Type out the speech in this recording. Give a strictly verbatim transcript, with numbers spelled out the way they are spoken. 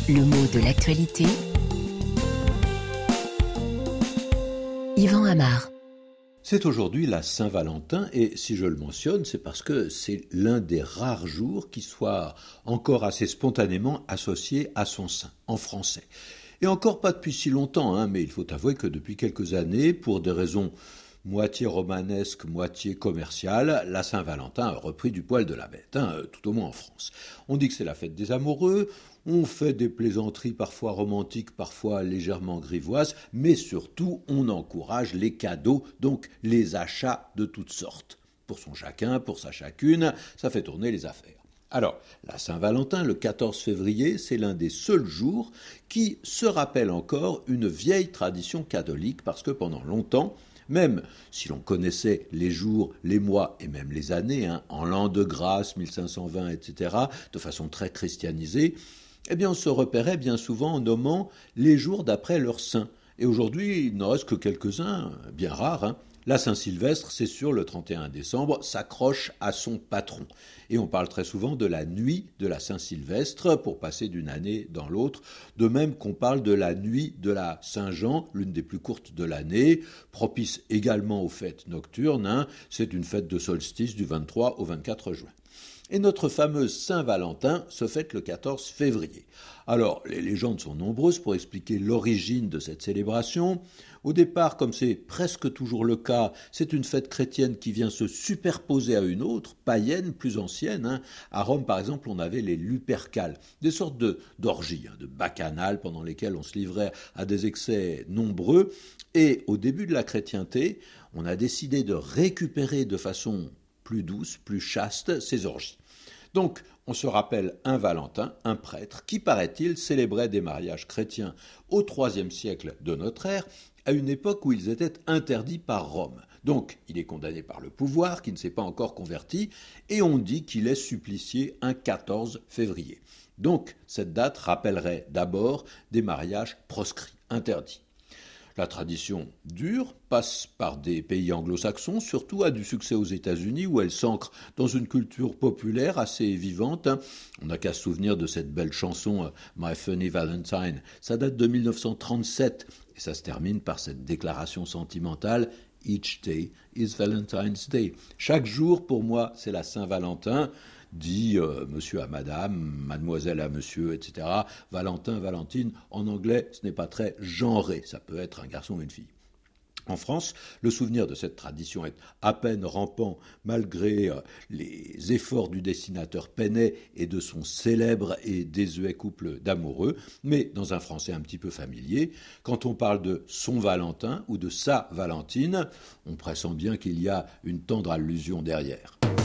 Le mot de l'actualité. Yvan Amar. C'est aujourd'hui la Saint-Valentin et si je le mentionne, c'est parce que c'est l'un des rares jours qui soit encore assez spontanément associé à son saint, en français. Et encore pas depuis si longtemps, hein, mais il faut avouer que depuis quelques années, pour des raisons moitié romanesques, moitié commerciales, la Saint-Valentin a repris du poil de la bête, hein, tout au moins en France. On dit que c'est la fête des amoureux, on fait des plaisanteries parfois romantiques, parfois légèrement grivoises, mais surtout on encourage les cadeaux, donc les achats de toutes sortes. Pour son chacun, pour sa chacune, ça fait tourner les affaires. Alors, la Saint-Valentin, le quatorze février, c'est l'un des seuls jours qui se rappelle encore une vieille tradition catholique, parce que pendant longtemps, même si l'on connaissait les jours, les mois et même les années, hein, en l'an de grâce, mille cinq cent vingt, et cetera, de façon très christianisée, eh bien on se repérait bien souvent en nommant les jours d'après leur saint. Et aujourd'hui, il n'en reste que quelques-uns, bien rares, hein. La Saint-Sylvestre, c'est sûr, le trente et un décembre, s'accroche à son patron. Et on parle très souvent de la nuit de la Saint-Sylvestre pour passer d'une année dans l'autre. De même qu'on parle de la nuit de la Saint-Jean, l'une des plus courtes de l'année, propice également aux fêtes nocturnes, hein. C'est une fête de solstice du vingt-trois au vingt-quatre juin. Et notre fameuse Saint-Valentin se fête le quatorze février. Alors, les légendes sont nombreuses pour expliquer l'origine de cette célébration. Au départ, comme c'est presque toujours le cas, c'est une fête chrétienne qui vient se superposer à une autre, païenne, plus ancienne. Hein. À Rome, par exemple, on avait les Lupercales, des sortes de, d'orgies, hein, de bacchanales pendant lesquelles on se livrait à des excès nombreux. Et au début de la chrétienté, on a décidé de récupérer de façon plus douce, plus chaste, ces orgies. Donc, on se rappelle un Valentin, un prêtre, qui, paraît-il, célébrait des mariages chrétiens au troisième siècle de notre ère, à une époque où ils étaient interdits par Rome. Donc, il est condamné par le pouvoir, qui ne s'est pas encore converti, et on dit qu'il est supplicié un quatorze février. Donc, cette date rappellerait d'abord des mariages proscrits, interdits. La tradition dure, passe par des pays anglo-saxons, surtout a du succès aux États-Unis où elle s'ancre dans une culture populaire assez vivante. On n'a qu'à se souvenir de cette belle chanson « My Funny Valentine ». Ça date de mille neuf cent trente-sept et ça se termine par cette déclaration sentimentale « Each day is Valentine's Day ». Chaque jour, pour moi, c'est la Saint-Valentin. Dit euh, monsieur à madame, mademoiselle à monsieur, et cetera. Valentin, Valentine, en anglais, ce n'est pas très genré, ça peut être un garçon ou une fille. En France, le souvenir de cette tradition est à peine rampant malgré euh, les efforts du dessinateur Pennet et de son célèbre et désuet couple d'amoureux, mais dans un français un petit peu familier, quand on parle de son Valentin ou de sa Valentine, on pressent bien qu'il y a une tendre allusion derrière.